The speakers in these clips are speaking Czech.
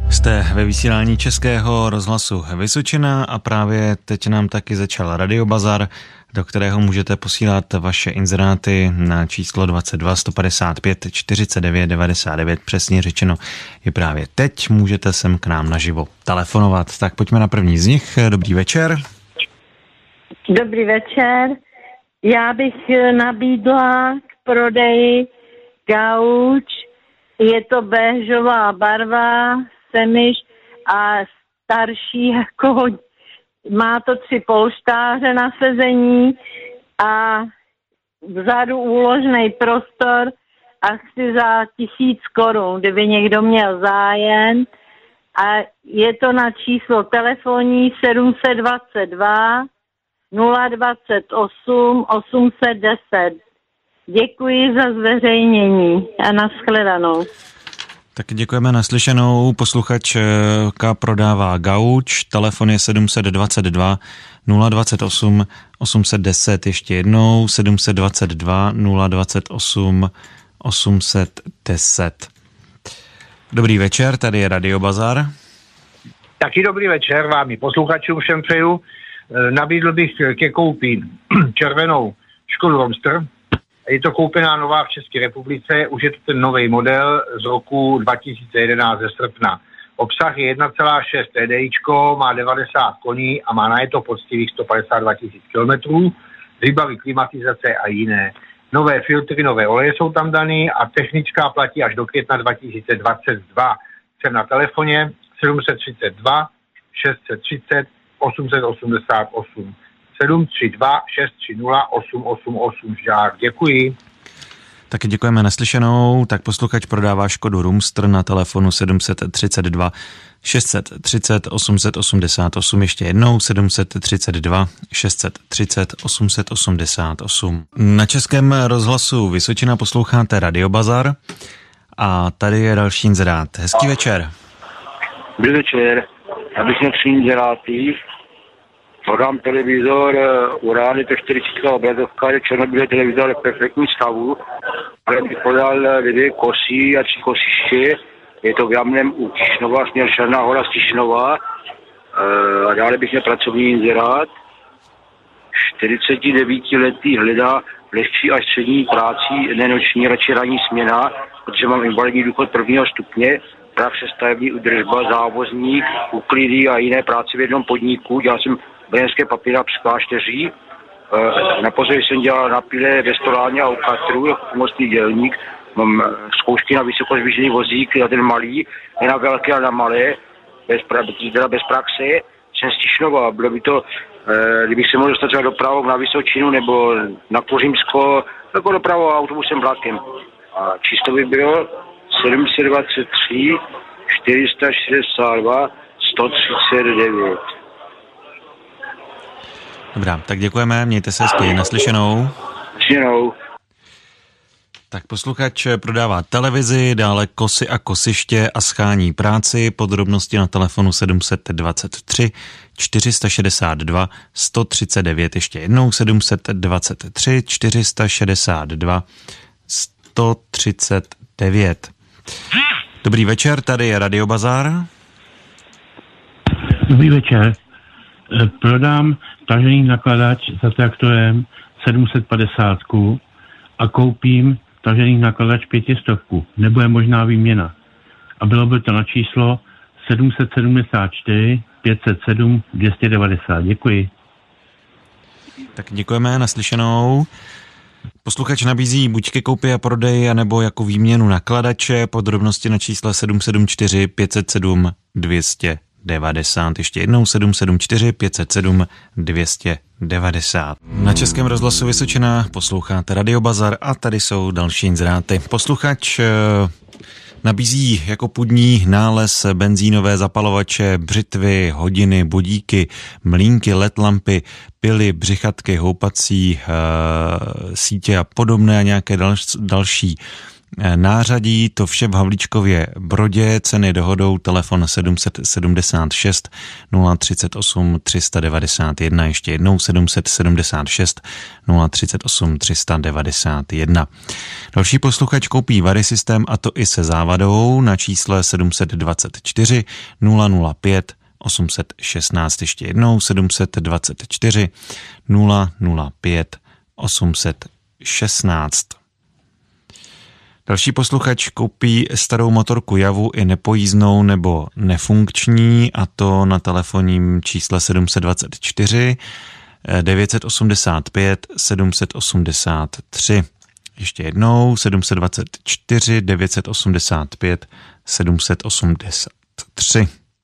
Jste ve vysílání Českého rozhlasu Vysočina a právě teď nám taky začal Radiobazar, do kterého můžete posílat vaše inzeráty na číslo 22 155 49 99, přesně řečeno je právě teď, můžete sem k nám naživo telefonovat. Tak pojďme na první z nich. Dobrý večer. Dobrý večer. Já bych nabídla k prodeji gauč. Je to béžová barva, semiš a starší jako má to 3 polštáře na sezení a vzadu úložnej prostor a chci za 1000 korun, kdyby někdo měl zájem. A je to na číslo telefonní 722 028 810. Děkuji za zveřejnění a nashledanou. Tak děkujeme, naslyšenou. Posluchačka prodává gauč, telefon je 722 028 810, ještě jednou 722 028 810. Dobrý večer, tady je Radiobazar. Taky dobrý večer vám i posluchačům všem přeju. Nabídl bych ke koupi červenou Škodu Romster. Je to koupená nová v České republice, už je to ten nový model z roku 2011 ze srpna. Obsah je 1,6 TDIčko, má 90 koní a má najeto poctivých 152 000 kilometrů, výbavy klimatizace a jiné. Nové filtry, nové oleje jsou tam daný a technická platí až do května 2022. Jsem na telefoně 732 630 888. 732 630 888 Žák. Děkuji. Taky děkujeme, naslyšenou. Tak posluchač prodává Škodu Roomster na telefonu 732 630 888, ještě jednou 732 630 888. Na Českém rozhlasu Vysočina posloucháte Radiobazar a tady je další inzerát. Hezký večer. Dobrý večer. Já bych měl 3 inzeráty. Prodám televizor Urán, je to 40 obrazovka, je černobílý televizor v perfektním stavu, ale bych prodal 2 kosy a 3 kosiště, je to v Jamnem u Tišnova, směr Černá Hora z Tišnova, a dále bych měl pracovní inzerát. 49letý hledá lehčí až střední práci, nenoční, radši ranní směna, protože mám invalidní důchod 1. stupně, praxe stavební údržba, závozník, úklidy a jiné práce v jednom podniku. Dělal jsem brněnské papíra v sklášteří. Naposledy jsem dělal na pile ve Stoláně a u Katru jako pomocný dělník. Mám zkoušky na vysokozvížený vozík, na ten malý, ne na velké, ale na malé, bez praxe. Jsem z Tišnova. Bylo by to, kdybych se mohl dostat třeba dopravou na Vysočinu nebo na Kořímsko, jako dopravou autobusem vlakem. A číslo by bylo 723 462 139. Dobrá, tak děkujeme, mějte se hezky, naslyšenou. Naslyšenou. Tak posluchač prodává televizi, dále kosy a kosiště a schání práci, podrobnosti na telefonu 723 462 139, ještě jednou 723 462 139. Dobrý večer, tady je Radiobazar. Dobrý večer. Prodám tažený nakladač za traktorem 750 a koupím tažený nakladač 500. Nebude možná výměna. A bylo by to na číslo 774 507 290. Děkuji. Tak děkujeme, naslyšenou. Posluchač nabízí buď ke koupi a prodeji, anebo jako výměnu nakladače, podrobnosti na čísle 774 507 290. Ještě jednou 774 507 290. Na Českém rozhlasu Vysočina posloucháte Radiobazar a tady jsou další inzeráty. Posluchač nabízí jako půdní nález benzínové zapalovače, břitvy, hodiny, budíky, mlýnky, LED lampy, pily, břichatky, houpací sítě a podobné a nějaké další nářadí, to vše v Havlíčkově Brodě, ceny dohodou, telefon 776 038 391, ještě jednou 776 038 391. Další posluchač koupí Varisystém, a to i se závadou, na čísle 724 005 816, ještě jednou 724 005 816. Další posluchač koupí starou motorku Javu i nepojízdnou nebo nefunkční, a to na telefonním čísle 724 985 783. Ještě jednou 724 985 783.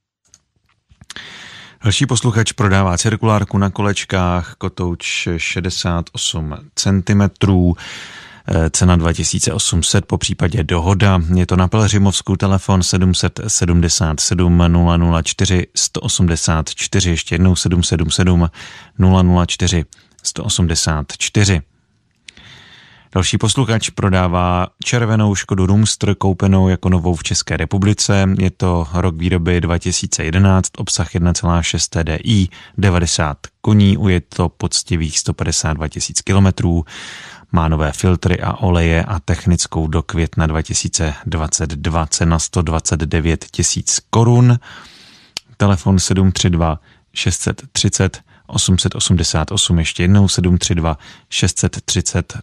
Další posluchač prodává cirkulárku na kolečkách, kotouč 68 cm, cena 2800, po případě dohoda. Je to na Pelhřimovsku, telefon 777 004 184, ještě jednou 777 004 184. Další posluchač prodává červenou Škodu Roomster, koupenou jako novou v České republice. Je to rok výroby 2011, obsah 1,6 TDI, 90 koní, uje to poctivých 152 000 kilometrů, má nové filtry a oleje a technickou do května 2022, cena 129 000 korun. Telefon 732 630 888, ještě jednou 732 630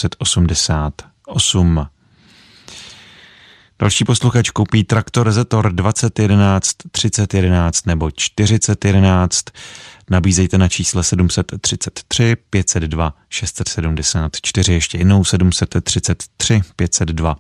888. Další posluchač koupí traktor Zetor 2011, 3011 nebo 4011. Nabízejte na čísle 733 502 674, ještě jednou 733 502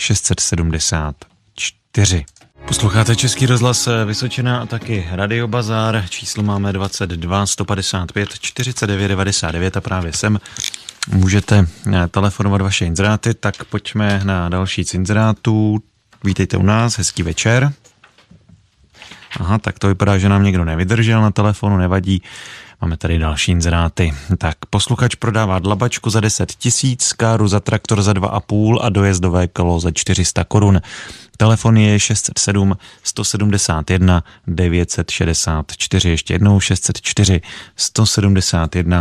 674. Posloucháte Český rozhlas Vysočina a taky Radio Bazar. Číslo máme 22 155 49 99 a právě sem můžete telefonovat vaše inzeráty. Tak pojďme na další z inzerátů. Vítejte u nás, hezký večer. Aha, tak to vypadá, že nám někdo nevydržel na telefonu, nevadí. Máme tady další inzeráty. Tak posluchač prodává dlabačku za 10 000, káru za traktor za 2,5 a dojezdové kolo za 400 korun. Telefon je 607 171 964, ještě jednou 604 171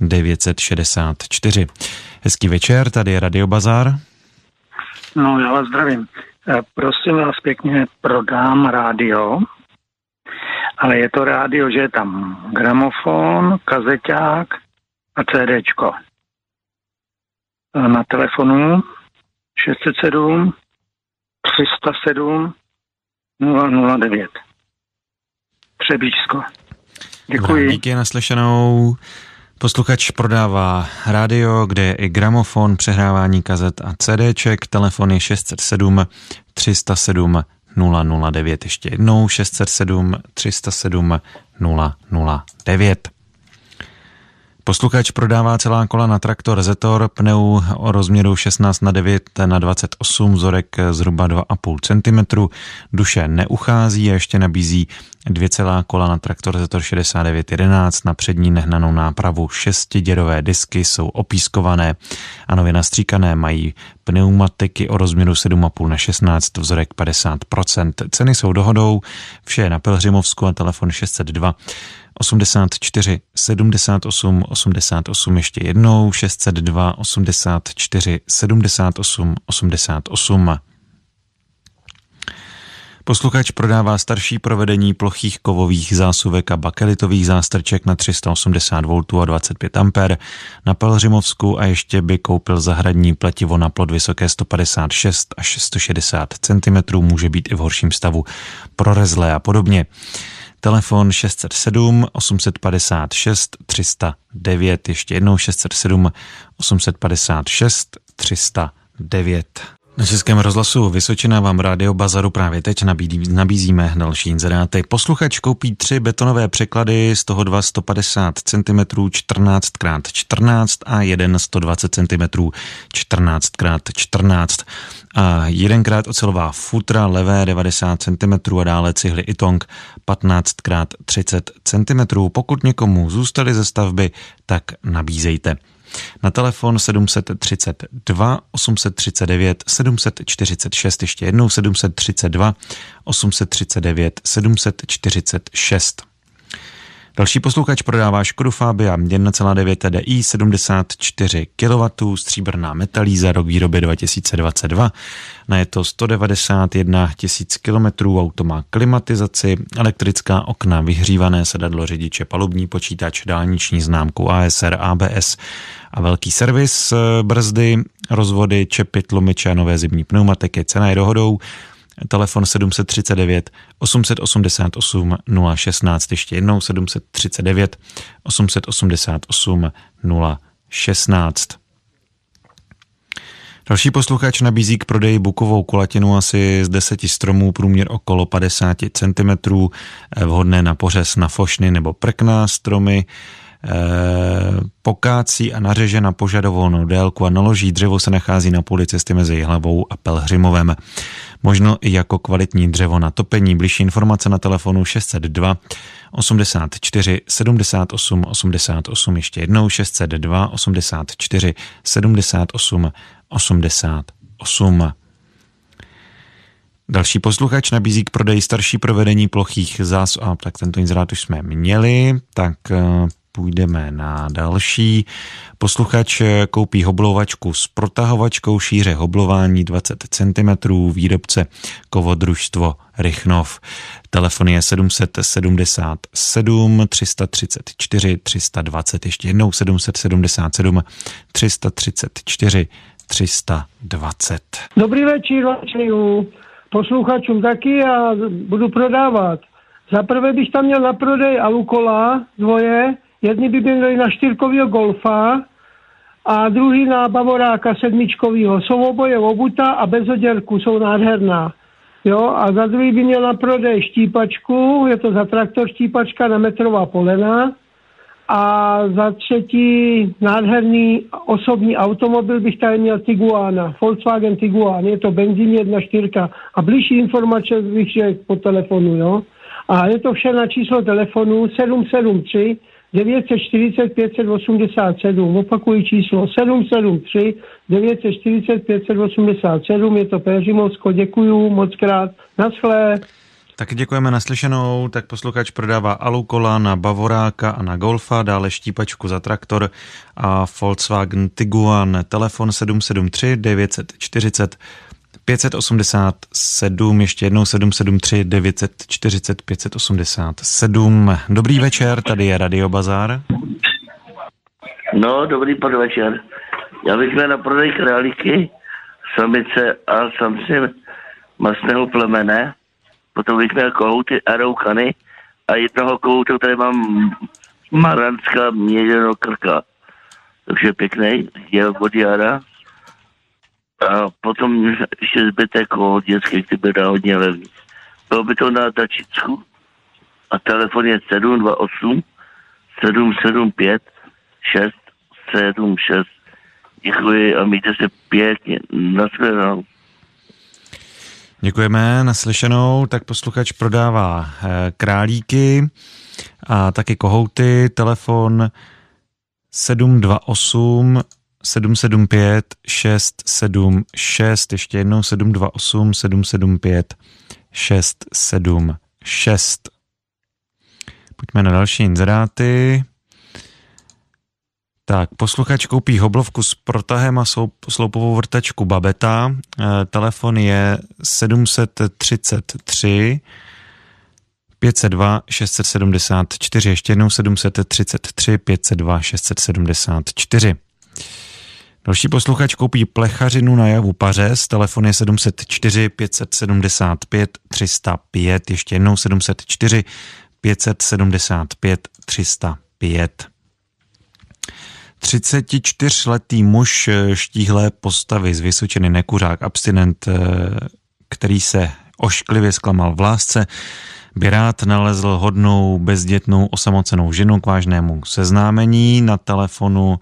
964. Hezký večer, tady je Radio Bazar. No, já vás zdravím. Prosím vás pěkně, prodám rádio, ale je to rádio, že je tam gramofon, kazeťák a CDčko. Na telefonu 607 307 009. Třebíčsko. Děkuji. Díky, naslyšenou. Posluchač prodává rádio, kde je i gramofon, přehrávání kazet a CDček. Telefon je 607 307 009. Ještě jednou 607 307 009. Posluchač prodává celá kola na traktor Zetor, pneu o rozměru 16x9x28, vzorek zhruba 2,5 cm. Duše neuchází a ještě nabízí 2 celá kola na traktor Zetor 6911, na přední nehnanou nápravu, 6děrové disky jsou opískované a nově nastříkané, mají pneumatiky o rozměru 7,5x16, vzorek 50%. Ceny jsou dohodou, vše je na Pelhřimovsku a telefon 602 84 78 88, ještě jednou 602 84 78 88. Posluchač prodává starší provedení plochých kovových zásuvek a bakelitových zástrček na 380 V a 25 A na Pelhřimovsku a ještě by koupil zahradní pletivo na plot vysoké 156 až 160 cm, může být i v horším stavu, prorezlé a podobně. Telefon 607 856 309, ještě jednou 607 856 309. Na Českém rozhlasu Vysočina vám Radio Bazaru právě teď nabízíme další inzeráty. Posluchač koupí 3 betonové překlady, z toho 2 150 cm 14x14 a jeden 120 cm 14x14 a 1x ocelová futra levé 90 cm a dále cihly Itong 15x30 cm. Pokud někomu zůstaly ze stavby, tak nabízejte. na telefon 732 839 746, ještě jednou 732 839 746. Další posluchač prodává Škodu Fabia 1,9 TDI 74 kW, stříbrná metalíza, rok výroby 2022. Je to 191 000 km, auto má klimatizaci, elektrická okna, vyhřívané sedadlo řidiče, palubní počítač, dálniční známku ASR, ABS a velký servis, brzdy, rozvody, čepy, tlumiče a nové zimní pneumatiky. Cena je dohodou. Telefon 739 888 016, ještě jednou 739 888 016. Další posluchač nabízí k prodeji bukovou kulatinu asi z 10 stromů, průměr okolo 50 cm, vhodné na pořez na fošny nebo prkna, stromy, pokácí a nařeže na požadovanou délku a naloží. Dřevo se nachází na půli cesty mezi Jihlavou a Pelhřimovem. Možno i jako kvalitní dřevo na topení. Bližší informace na telefonu 602 84 78 88, ještě jednou 602 84 78 88. Další posluchač nabízí k prodeji starší provedení plochých zásob. Tak tento inzerát už jsme měli, tak půjdeme na další. Posluchač koupí hoblovačku s protahovačkou, šíře hoblování 20 cm, výrobce kovodružstvo Rychnov. Telefon je 777 334 320, ještě jednou 777 334 320. Dobrý večer, posluchačům taky a budu prodávat. Za prvé bych tam měl na prodej alukola dvoje, jedni by byli na 4kovýho Golfa a druhý na Bavoráka 7kovýho. Jsou oboje obuta a bez oděrku, jsou nádherná. Jo, a za druhý by měl na prodej štípačku, je to za traktor štípačka na metrová polena. A za třetí nádherný osobní automobil bych tady měl Tiguana, Volkswagen Tiguan, je to benzín 1.4 a blížší informace bych řekl po telefonu, jo. A je to vše na číslo telefonu 773 940 587, opakuji číslo 773 940 587, je to Pelhřimovsko, děkuju moc krát, naschle. Tak děkujeme naslyšenou, tak posluchač prodává alukola na Bavoráka a na Golfa, dále štípačku za traktor a Volkswagen Tiguan, telefon 773 940 587, ještě jednou 773 940 587. Dobrý večer, tady je Radio Bazar. No, dobrý podvečer. Já bych měl na prodej králíky, samice a samce masného plemene, potom bych měl kohouty a roukany a jednoho kohoutu, který mám maranská měděno krka. Takže pěkný, je od jara. A potom ještě zbytek dětský, který by dal hodně levný. Bylo by to na Tačicku a telefon je 728 775 676. Děkuji a mějte se pěkně. Nashledanou. Děkujeme, naslyšenou. Tak posluchač prodává králíky a taky kohouty. Telefon 728 775 676, ještě jednou 728 775 676. Pojďme na další inzeráty. Tak, posluchač koupí hoblovku s protahem a sloupovou vrtačku Babeta. Telefon je 733 502 674, ještě jednou 733 502 674. Další posluchač koupí plechařinu na Javu Pařez, telefon je 704 575 305, ještě jednou 704 575 305. 34letý muž štíhlé postavy z Vysočiny, nekuřák, abstinent, který se ošklivě zklamal v lásce, by rád nalezl hodnou, bezdětnou, osamocenou ženu k vážnému seznámení na telefonu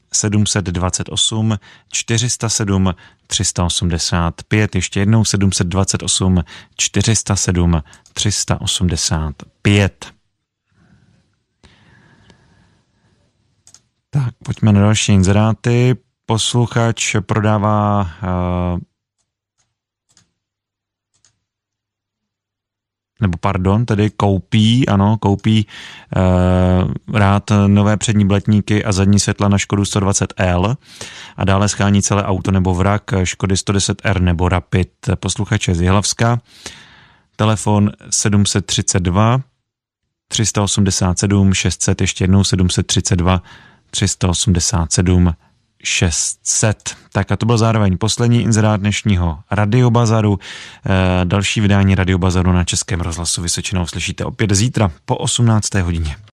728 407 385, ještě jednou 728 407 385. Tak, pojďme na další inzeráty. Posluchač prodává koupí rád nové přední blatníky a zadní světla na Škodu 120L a dále schání celé auto nebo vrak Škody 110R nebo Rapid. Posluchač je z Jihlavska. Telefon 732 387 600, ještě jednou 732 387 600. Tak a to byl zároveň poslední inzerát dnešního Radiobazaru. Další vydání Radiobazaru na Českém rozhlasu Vysočinou slyšíte opět zítra po 18. hodině.